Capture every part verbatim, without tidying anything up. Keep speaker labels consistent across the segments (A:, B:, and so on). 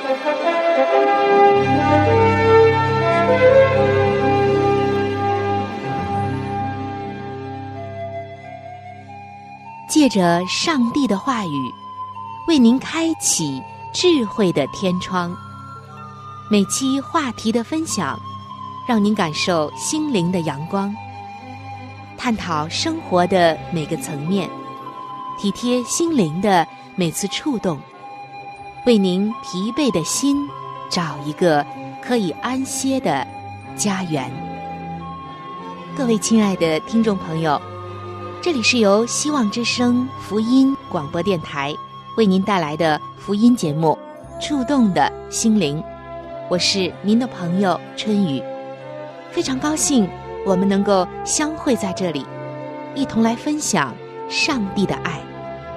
A: 借着上帝的话语，为您开启智慧的天窗。每期话题的分享，让您感受心灵的阳光，探讨生活的每个层面，体贴心灵的每次触动，为您疲惫的心找一个可以安歇的家园。各位亲爱的听众朋友，这里是由希望之声福音广播电台为您带来的福音节目《触动的心灵》，我是您的朋友春雨，非常高兴我们能够相会在这里，一同来分享上帝的爱。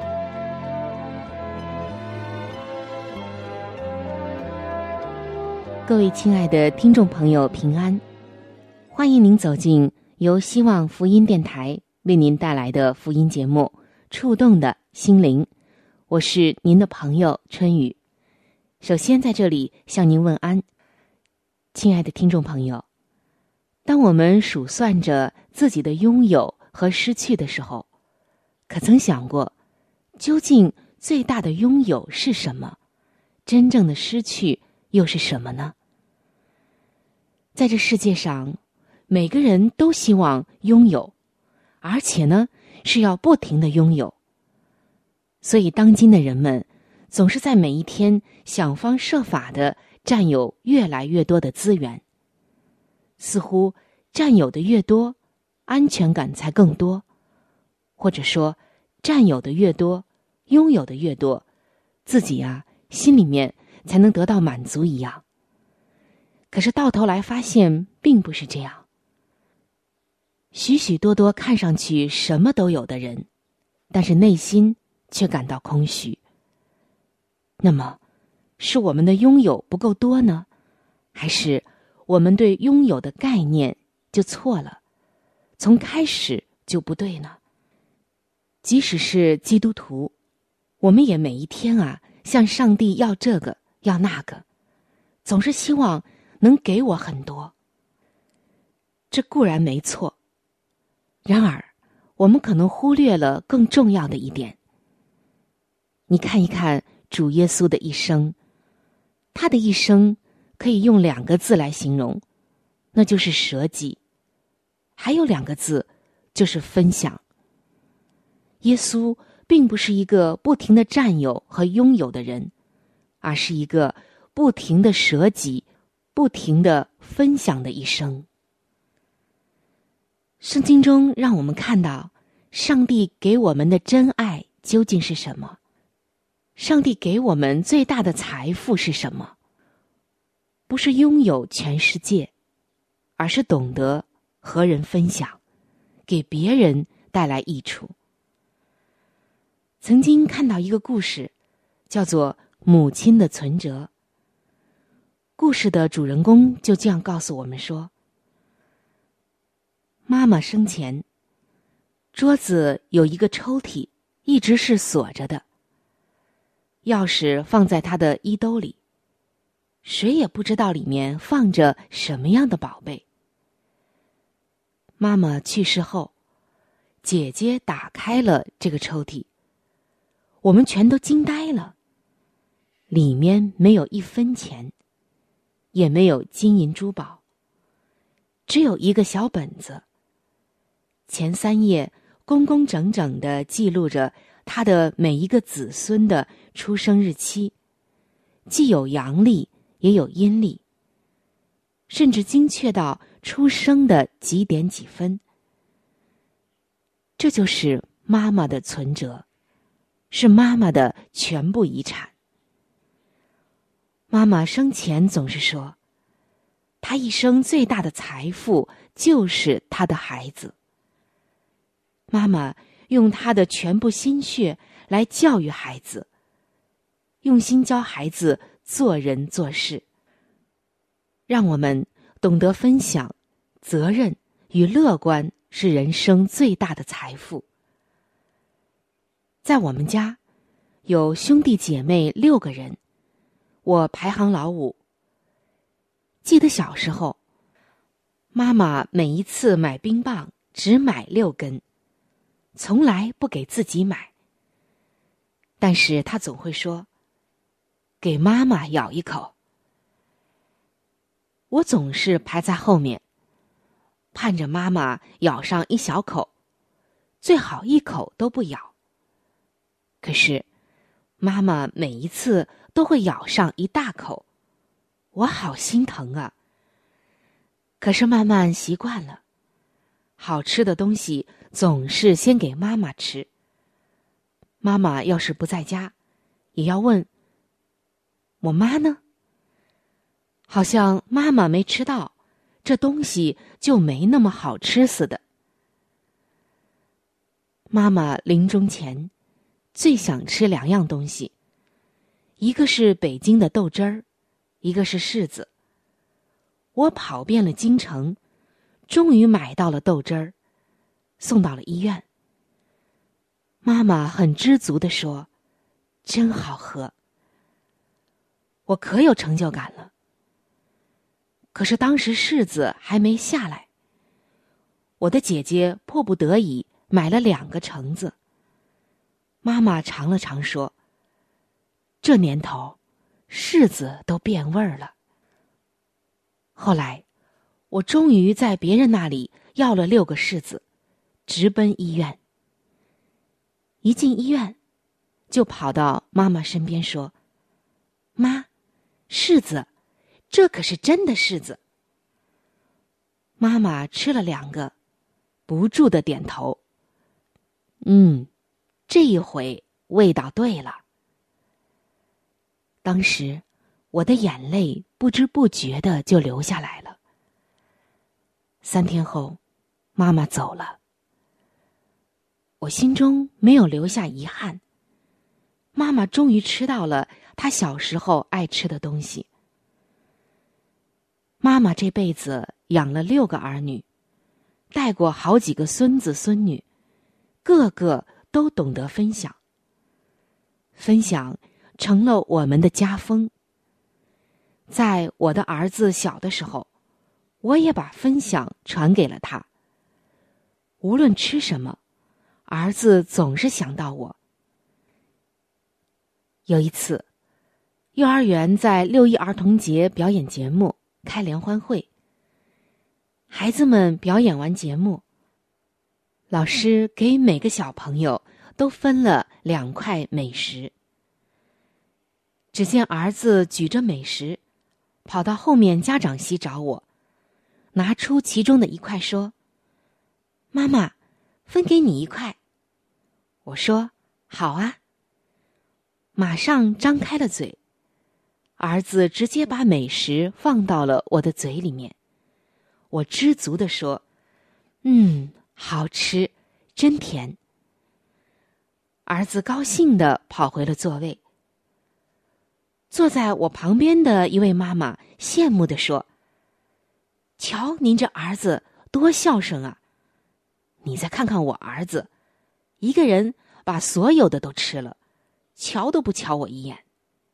A: 各位亲爱的听众朋友平安，欢迎您走进由希望福音电台为您带来的福音节目《触动的心灵》，我是您的朋友春雨。首先在这里向您问安。亲爱的听众朋友，当我们数算着自己的拥有和失去的时候，可曾想过究竟最大的拥有是什么？真正的失去又是什么呢？在这世界上，每个人都希望拥有，而且呢，是要不停地拥有。所以当今的人们总是在每一天想方设法地占有越来越多的资源，似乎占有的越多，安全感才更多，或者说占有的越多，拥有的越多，自己啊心里面才能得到满足一样。可是到头来发现并不是这样。许许多多看上去什么都有的人，但是内心却感到空虚。那么是我们的拥有不够多呢，还是我们对拥有的概念就错了，从开始就不对呢？即使是基督徒，我们也每一天啊向上帝要这个要那个，总是希望能给我很多。这固然没错，然而我们可能忽略了更重要的一点。你看一看主耶稣的一生，他的一生可以用两个字来形容，那就是舍己，还有两个字就是分享。耶稣并不是一个不停地占有和拥有的人，而是一个不停地舍己、不停地分享的一生。圣经中让我们看到，上帝给我们的真爱究竟是什么？上帝给我们最大的财富是什么？不是拥有全世界，而是懂得和人分享，给别人带来益处。曾经看到一个故事，叫做《母亲的存折》。故事的主人公就这样告诉我们说，妈妈生前，桌子有一个抽屉一直是锁着的，钥匙放在她的衣兜里，谁也不知道里面放着什么样的宝贝。妈妈去世后，姐姐打开了这个抽屉，我们全都惊呆了，里面没有一分钱，也没有金银珠宝，只有一个小本子，前三页工工整整地记录着他的每一个子孙的出生日期，既有阳历也有阴历，甚至精确到出生的几点几分。这就是妈妈的存折，是妈妈的全部遗产。妈妈生前总是说，她一生最大的财富就是她的孩子。妈妈用她的全部心血来教育孩子，用心教孩子做人做事，让我们懂得分享、责任与乐观是人生最大的财富。在我们家，有兄弟姐妹六个人， 我排行老五。记得小时候，妈妈每一次买冰棒只买六根，从来不给自己买。但是她总会说，给妈妈咬一口。我总是排在后面，盼着妈妈咬上一小口，最好一口都不咬。可是妈妈每一次都会咬上一大口，我好心疼啊。可是慢慢习惯了，好吃的东西总是先给妈妈吃。妈妈要是不在家，也要问，我妈呢？好像妈妈没吃到，这东西就没那么好吃似的。妈妈临终前最想吃两样东西，一个是北京的豆汁儿，一个是柿子。我跑遍了京城，终于买到了豆汁儿，送到了医院。妈妈很知足地说，真好喝。我可有成就感了。可是当时柿子还没下来，我的姐姐迫不得已买了两个橙子。妈妈尝了尝说，这年头柿子都变味儿了。后来我终于在别人那里要了六个柿子，直奔医院。一进医院就跑到妈妈身边说，妈，柿子，这可是真的柿子。妈妈吃了两个，不住地点头。嗯，这一回味道对了。当时我的眼泪不知不觉的就流下来了。三天后，妈妈走了。我心中没有留下遗憾。妈妈终于吃到了她小时候爱吃的东西。妈妈这辈子养了六个儿女，带过好几个孙子孙女，个个都懂得分享。分享成了我们的家风。在我的儿子小的时候，我也把分享传给了他。无论吃什么，儿子总是想到我。有一次，幼儿园在六一儿童节表演节目，开联欢会。孩子们表演完节目，老师给每个小朋友都分了两块美食。只见儿子举着美食，跑到后面家长席找我，拿出其中的一块说，妈妈，分给你一块。我说，好啊。马上张开了嘴，儿子直接把美食放到了我的嘴里面。我知足地说，嗯，好吃，真甜。儿子高兴地跑回了座位。坐在我旁边的一位妈妈羡慕地说，瞧您这儿子多孝顺啊，你再看看我儿子，一个人把所有的都吃了，瞧都不瞧我一眼。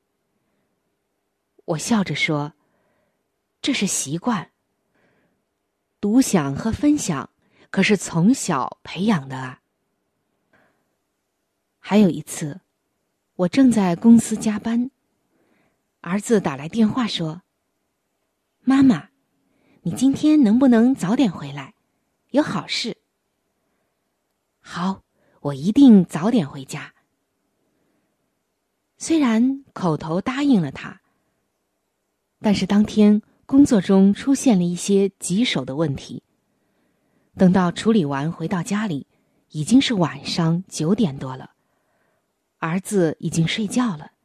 A: 我笑着说，这是习惯。独享和分享可是从小培养的啊。还有一次，我正在公司加班，儿子打来电话说，妈妈，你今天能不能早点回来？有好事。好，我一定早点回家。虽然口头答应了他，但是当天工作中出现了一些棘手的问题。等到处理完回到家里，已经是晚上九点多了，儿子已经睡觉了。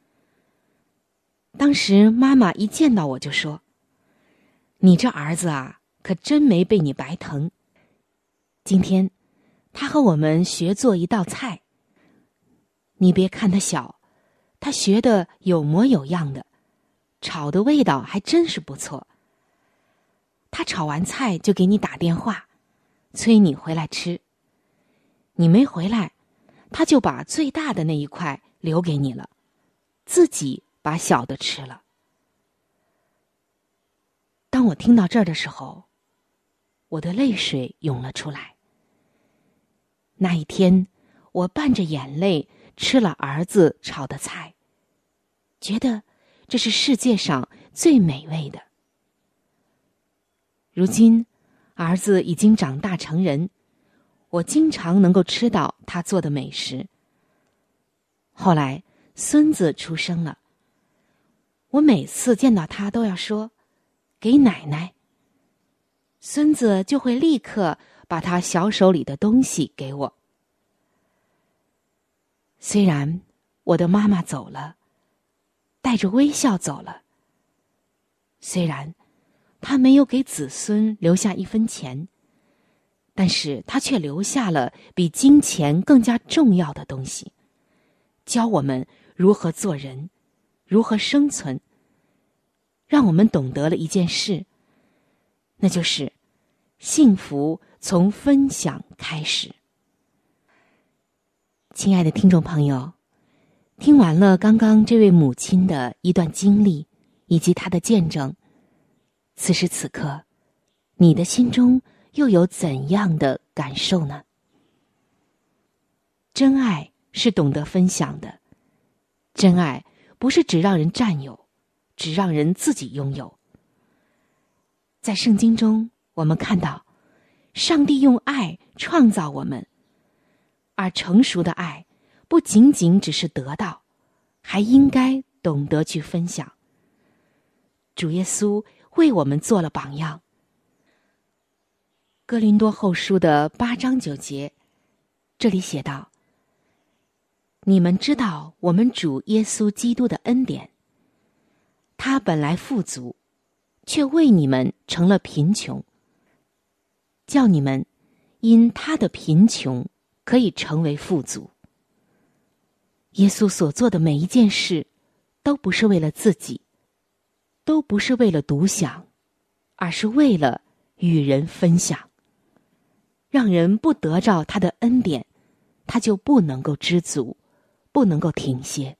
A: 当时妈妈一见到我就说，你这儿子啊，可真没被你白疼。今天他和我们学做一道菜，你别看他小，他学得有模有样的，炒的味道还真是不错。他炒完菜就给你打电话，催你回来吃。你没回来，他就把最大的那一块留给你了，自己把小的吃了。当我听到这儿的时候，我的泪水涌了出来。那一天，我伴着眼泪吃了儿子炒的菜，觉得这是世界上最美味的。如今，儿子已经长大成人，我经常能够吃到他做的美食。后来，孙子出生了，我每次见到他都要说：“给奶奶。”孙子就会立刻把他小手里的东西给我。虽然我的妈妈走了，带着微笑走了，虽然她没有给子孙留下一分钱，但是她却留下了比金钱更加重要的东西，教我们如何做人，如何生存，让我们懂得了一件事，那就是幸福从分享开始。亲爱的听众朋友，听完了刚刚这位母亲的一段经历以及她的见证，此时此刻，你的心中又有怎样的感受呢？真爱是懂得分享的，真爱不是只让人占有，只让人自己拥有。在圣经中，我们看到上帝用爱创造我们，而成熟的爱不仅仅只是得到，还应该懂得去分享。主耶稣为我们做了榜样。哥林多后书的八章九节，这里写道：你们知道我们主耶稣基督的恩典，他本来富足，却为你们成了贫穷，叫你们因他的贫穷可以成为富足。耶稣所做的每一件事，都不是为了自己，都不是为了独享，而是为了与人分享。让人不得着他的恩典，他就不能够知足，不能够停歇。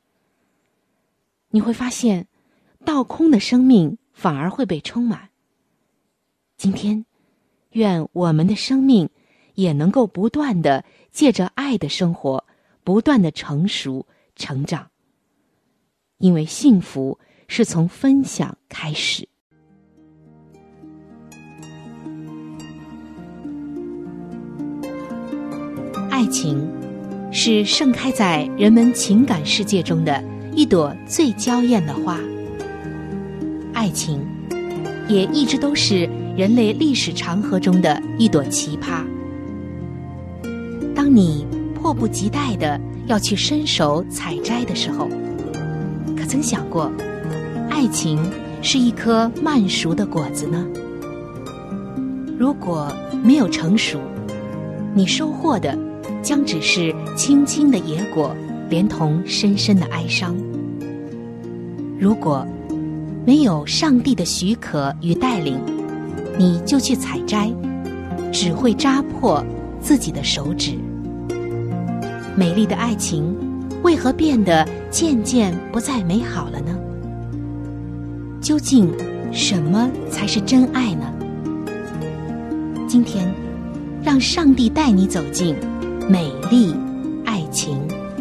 A: 你会发现，倒空的生命反而会被充满。今天，愿我们的生命也能够不断地借着爱的生活，不断地成熟成长。因为幸福是从分享开始。爱情是盛开在人们情感世界中的一朵最娇艳的花，爱情也一直都是人类历史长河中的一朵奇葩。当你迫不及待地要去伸手采摘的时候，可曾想过，爱情是一颗慢熟的果子呢？如果没有成熟，你收获的将只是青青的野果，连同深深的哀伤。如果没有上帝的许可与带领，你就去采摘，只会扎破自己的手指。美丽的爱情为何变得渐渐不再美好了呢？究竟什么才是真爱呢？今天，让上帝带你走进美丽爱情。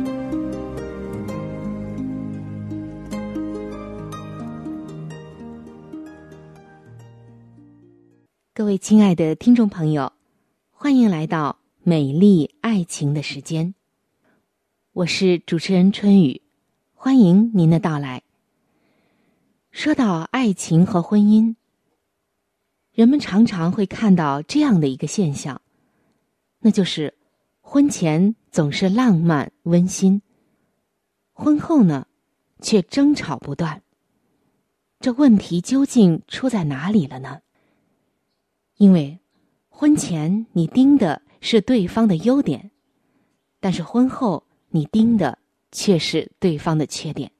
A: 各位亲爱的听众朋友，欢迎来到美丽爱情的时间。我是主持人春雨，欢迎您的到来。说到爱情和婚姻，人们常常会看到这样的一个现象，那就是婚前总是浪漫温馨，婚后呢，却争吵不断。这问题究竟出在哪里了呢？因为婚前你盯的是对方的优点，但是婚后你盯的却是对方的缺点。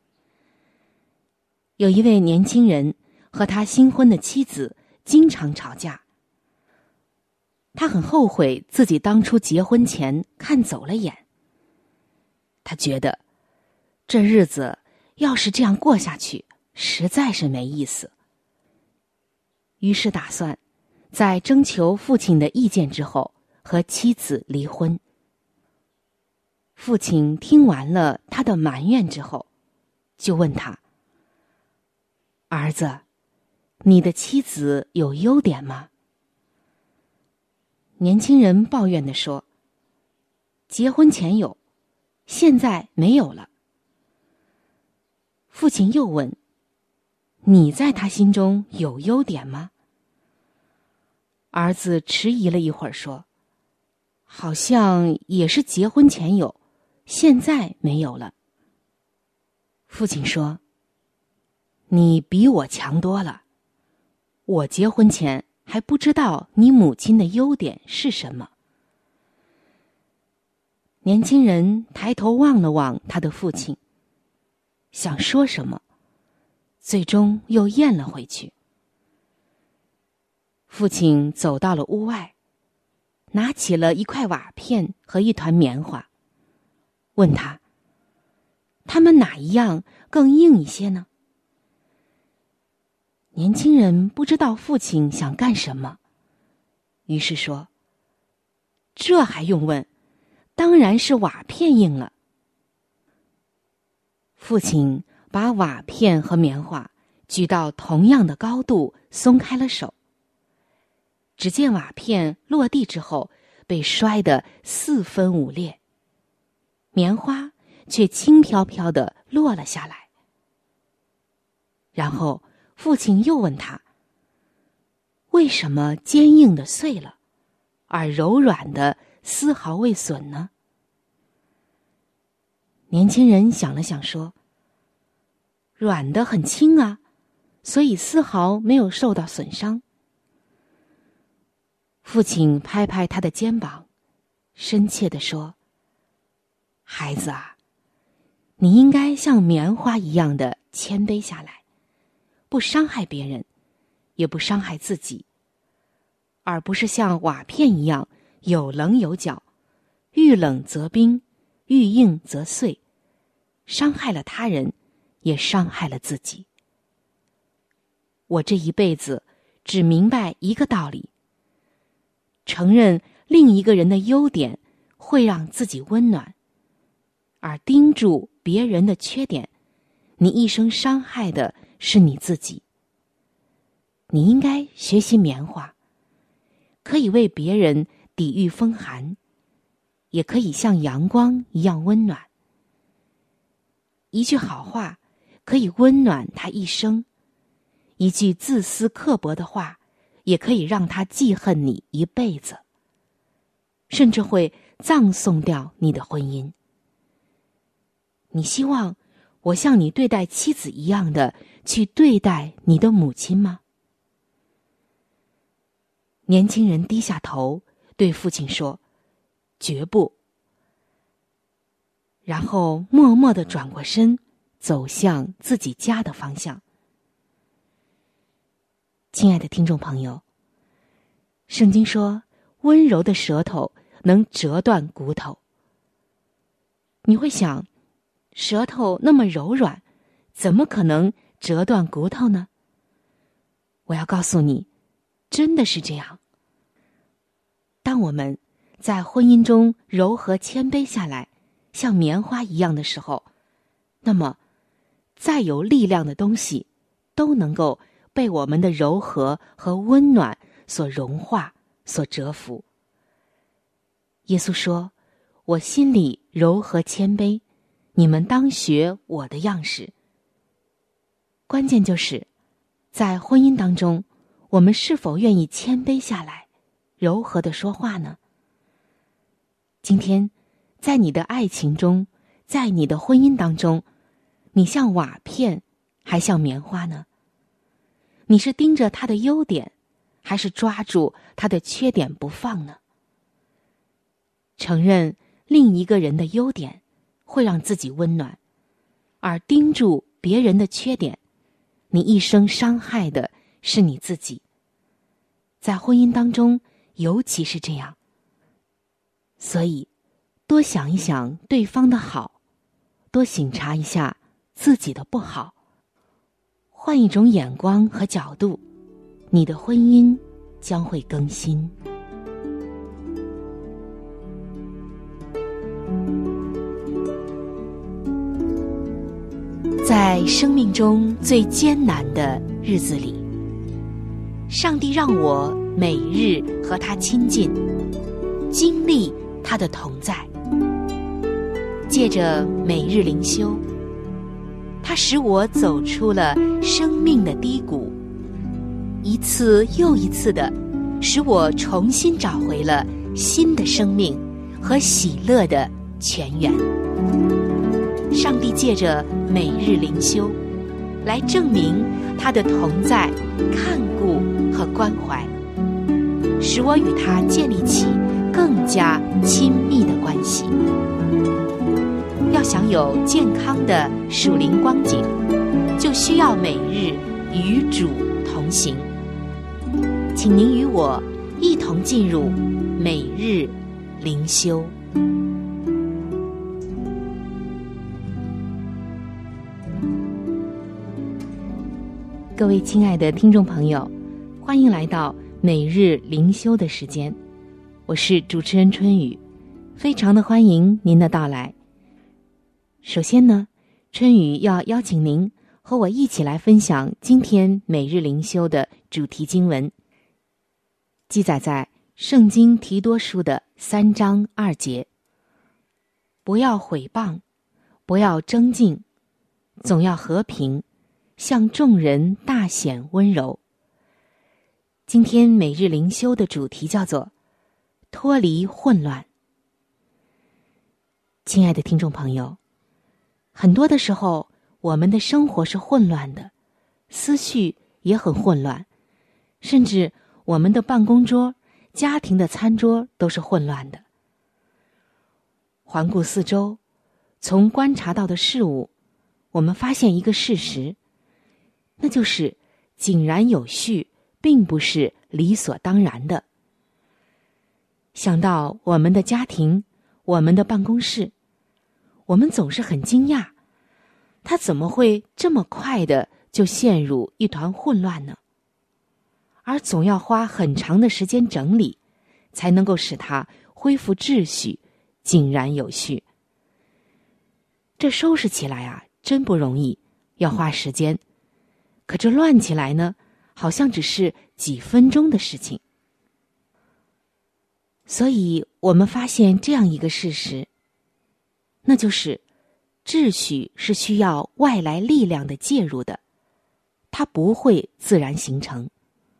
A: 有一位年轻人和他新婚的妻子经常吵架，他很后悔自己当初结婚前看走了眼。他觉得这日子要是这样过下去，实在是没意思。于是打算在征求父亲的意见之后和妻子离婚。父亲听完了他的埋怨之后，就问他：儿子，你的妻子有优点吗？年轻人抱怨地说：结婚前有，现在没有了。父亲又问：你在他心中有优点吗？儿子迟疑了一会儿说：好像也是结婚前有，现在没有了。父亲说：你比我强多了，我结婚前还不知道你母亲的优点是什么。年轻人抬头望了望他的父亲，想说什么，最终又咽了回去。父亲走到了屋外，拿起了一块瓦片和一团棉花，问他：他们哪一样更硬一些呢？年轻人不知道父亲想干什么，于是说：这还用问，当然是瓦片硬了。父亲把瓦片和棉花举到同样的高度，松开了手。只见瓦片落地之后被摔得四分五裂，棉花却轻飘飘地落了下来。然后父亲又问他：为什么坚硬的碎了，而柔软的丝毫未损呢？年轻人想了想说：软的很轻啊，所以丝毫没有受到损伤。父亲拍拍他的肩膀，深切地说：孩子啊，你应该像棉花一样的谦卑下来，不伤害别人，也不伤害自己，而不是像瓦片一样有棱有角，遇冷则冰，遇硬则碎，伤害了他人，也伤害了自己。我这一辈子只明白一个道理：承认另一个人的优点会让自己温暖，而盯住别人的缺点，你一生伤害的是你自己。你应该学习棉花，可以为别人抵御风寒，也可以像阳光一样温暖。一句好话可以温暖他一生，一句自私刻薄的话也可以让他记恨你一辈子，甚至会葬送掉你的婚姻。你希望我像你对待妻子一样的去对待你的母亲吗？年轻人低下头对父亲说：绝不。然后默默地转过身，走向自己家的方向。亲爱的听众朋友，圣经说温柔的舌头能折断骨头。你会想，舌头那么柔软，怎么可能折断骨头呢？我要告诉你，真的是这样。当我们在婚姻中柔和谦卑下来，像棉花一样的时候，那么再有力量的东西都能够被我们的柔和和温暖所融化，所折服。耶稣说：我心里柔和谦卑，你们当学我的样式。关键就是在婚姻当中，我们是否愿意谦卑下来，柔和地说话呢？今天在你的爱情中，在你的婚姻当中，你像瓦片还像棉花呢？你是盯着他的优点，还是抓住他的缺点不放呢？承认另一个人的优点会让自己温暖，而盯住别人的缺点，你一生伤害的是你自己。在婚姻当中尤其是这样。所以多想一想对方的好，多省察一下自己的不好，换一种眼光和角度，你的婚姻将会更新。在生命中最艰难的日子里，上帝让我每日和他亲近，经历他的同在。借着每日灵修，他使我走出了生命的低谷，一次又一次的使我重新找回了新的生命和喜乐的泉源。上帝借着每日灵修来证明他的同在、看顾和关怀，使我与他建立起更加亲密的关系。要享有健康的属灵光景，就需要每日与主同行。请您与我一同进入每日灵修。各位亲爱的听众朋友，欢迎来到每日灵修的时间，我是主持人春雨，非常的欢迎您的到来。首先呢，春雨要邀请您和我一起来分享今天每日灵修的主题经文，记载在圣经提多书的三章二节。不要毁谤，不要争竞，总要和平，向众人大显温柔。今天每日灵修的主题叫做脱离混乱。亲爱的听众朋友，很多的时候我们的生活是混乱的，思绪也很混乱，甚至我们的办公桌、家庭的餐桌都是混乱的。环顾四周，从观察到的事物，我们发现一个事实，那就是井然有序并不是理所当然的。想到我们的家庭，我们的办公室，我们总是很惊讶，它怎么会这么快的就陷入一团混乱呢？而总要花很长的时间整理，才能够使它恢复秩序，井然有序。这收拾起来啊，真不容易，要花时间。可这乱起来呢，好像只是几分钟的事情。所以我们发现这样一个事实，那就是秩序是需要外来力量的介入的，它不会自然形成。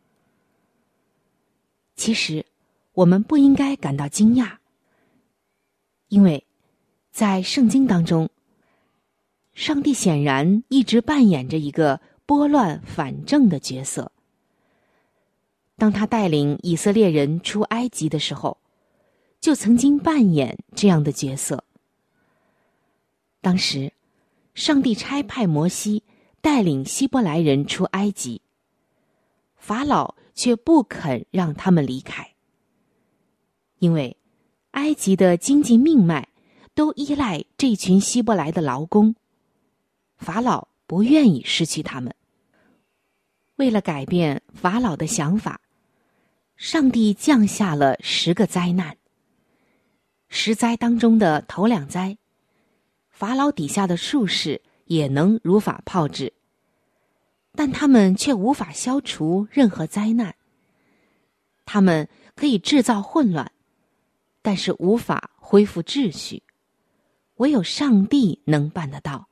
A: 其实我们不应该感到惊讶，因为在圣经当中，上帝显然一直扮演着一个拨乱反正的角色。当他带领以色列人出埃及的时候，就曾经扮演这样的角色。当时上帝差派摩西带领希伯来人出埃及，法老却不肯让他们离开，因为埃及的经济命脉都依赖这群希伯来的劳工，法老不愿意失去他们。为了改变法老的想法，上帝降下了十个灾难。十灾当中的头两灾，法老底下的术士也能如法炮制，但他们却无法消除任何灾难。他们可以制造混乱，但是无法恢复秩序，唯有上帝能办得到。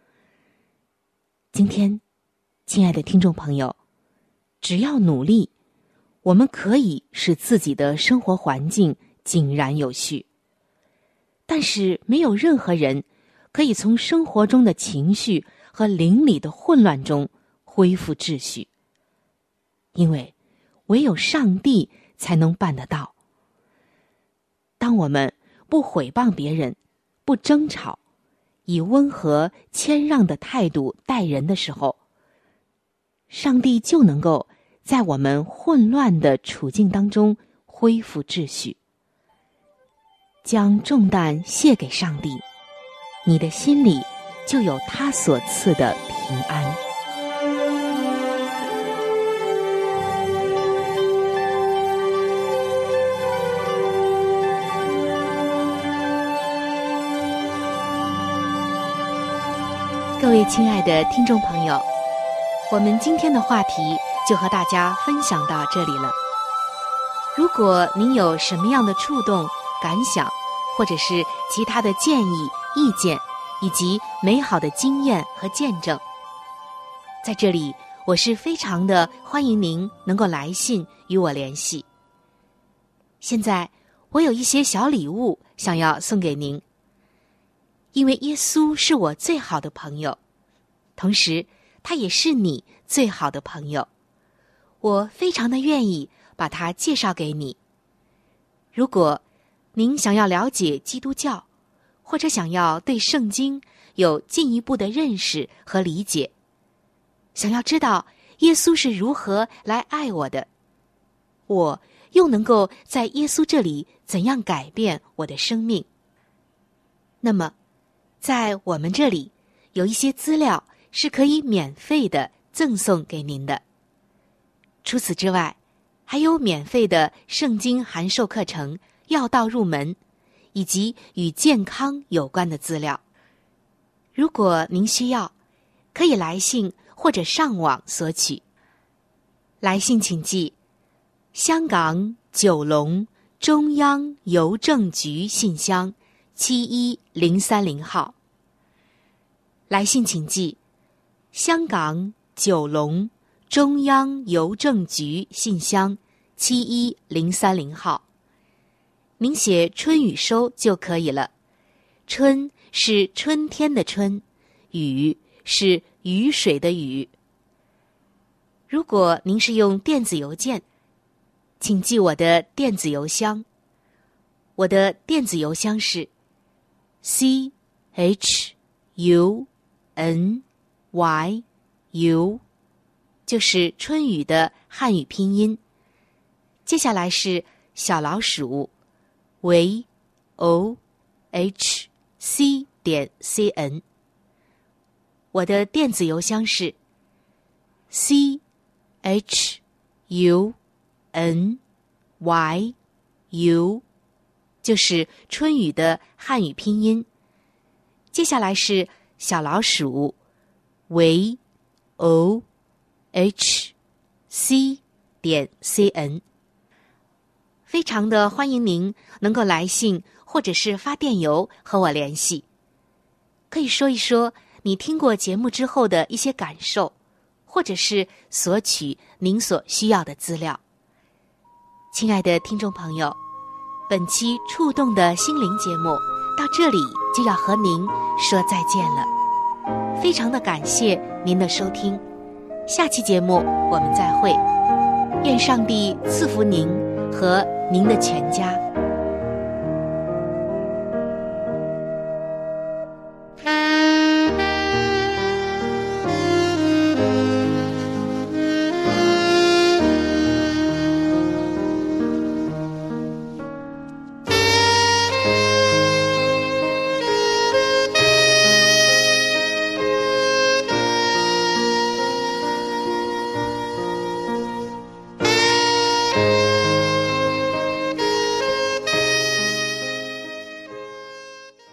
A: 今天，亲爱的听众朋友，只要努力，我们可以使自己的生活环境井然有序。但是没有任何人可以从生活中的情绪和灵里的混乱中恢复秩序，因为唯有上帝才能办得到。当我们不毁谤别人，不争吵，以温和谦让的态度待人的时候，上帝就能够在我们混乱的处境当中恢复秩序。将重担卸给上帝，你的心里就有他所赐的平安。各位亲爱的听众朋友，我们今天的话题就和大家分享到这里了。如果您有什么样的触动、感想，或者是其他的建议、意见，以及美好的经验和见证，在这里我是非常的欢迎您能够来信与我联系。现在我有一些小礼物想要送给您，因为耶稣是我最好的朋友，同时他也是你最好的朋友，我非常的愿意把他介绍给你。如果您想要了解基督教，或者想要对圣经有进一步的认识和理解，想要知道耶稣是如何来爱我的，我又能够在耶稣这里怎样改变我的生命，那么在我们这里有一些资料是可以免费的赠送给您的。除此之外，还有免费的圣经函授课程要道入门，以及与健康有关的资料。如果您需要，可以来信或者上网索取。来信请寄香港九龙中央邮政局信箱七一零三零号。来信请寄香港九龙中央邮政局信箱七一零三零号。您写春雨收就可以了。春是春天的春，雨是雨水的雨。如果您是用电子邮件，请记我的电子邮箱。我的电子邮箱是 c h u n y u， 就是春雨的汉语拼音。接下来是小老鼠 v o h c 点 c n。 我的电子邮箱是 c h u n y u， 就是春雨的汉语拼音。接下来是小老鼠 v o h c 点 c n。 非常的欢迎您能够来信或者是发电邮和我联系，可以说一说你听过节目之后的一些感受，或者是索取您所需要的资料。亲爱的听众朋友，本期触动的心灵节目到这里就要和您说再见了，非常的感谢您的收听，下期节目我们再会，愿上帝赐福您和您的全家。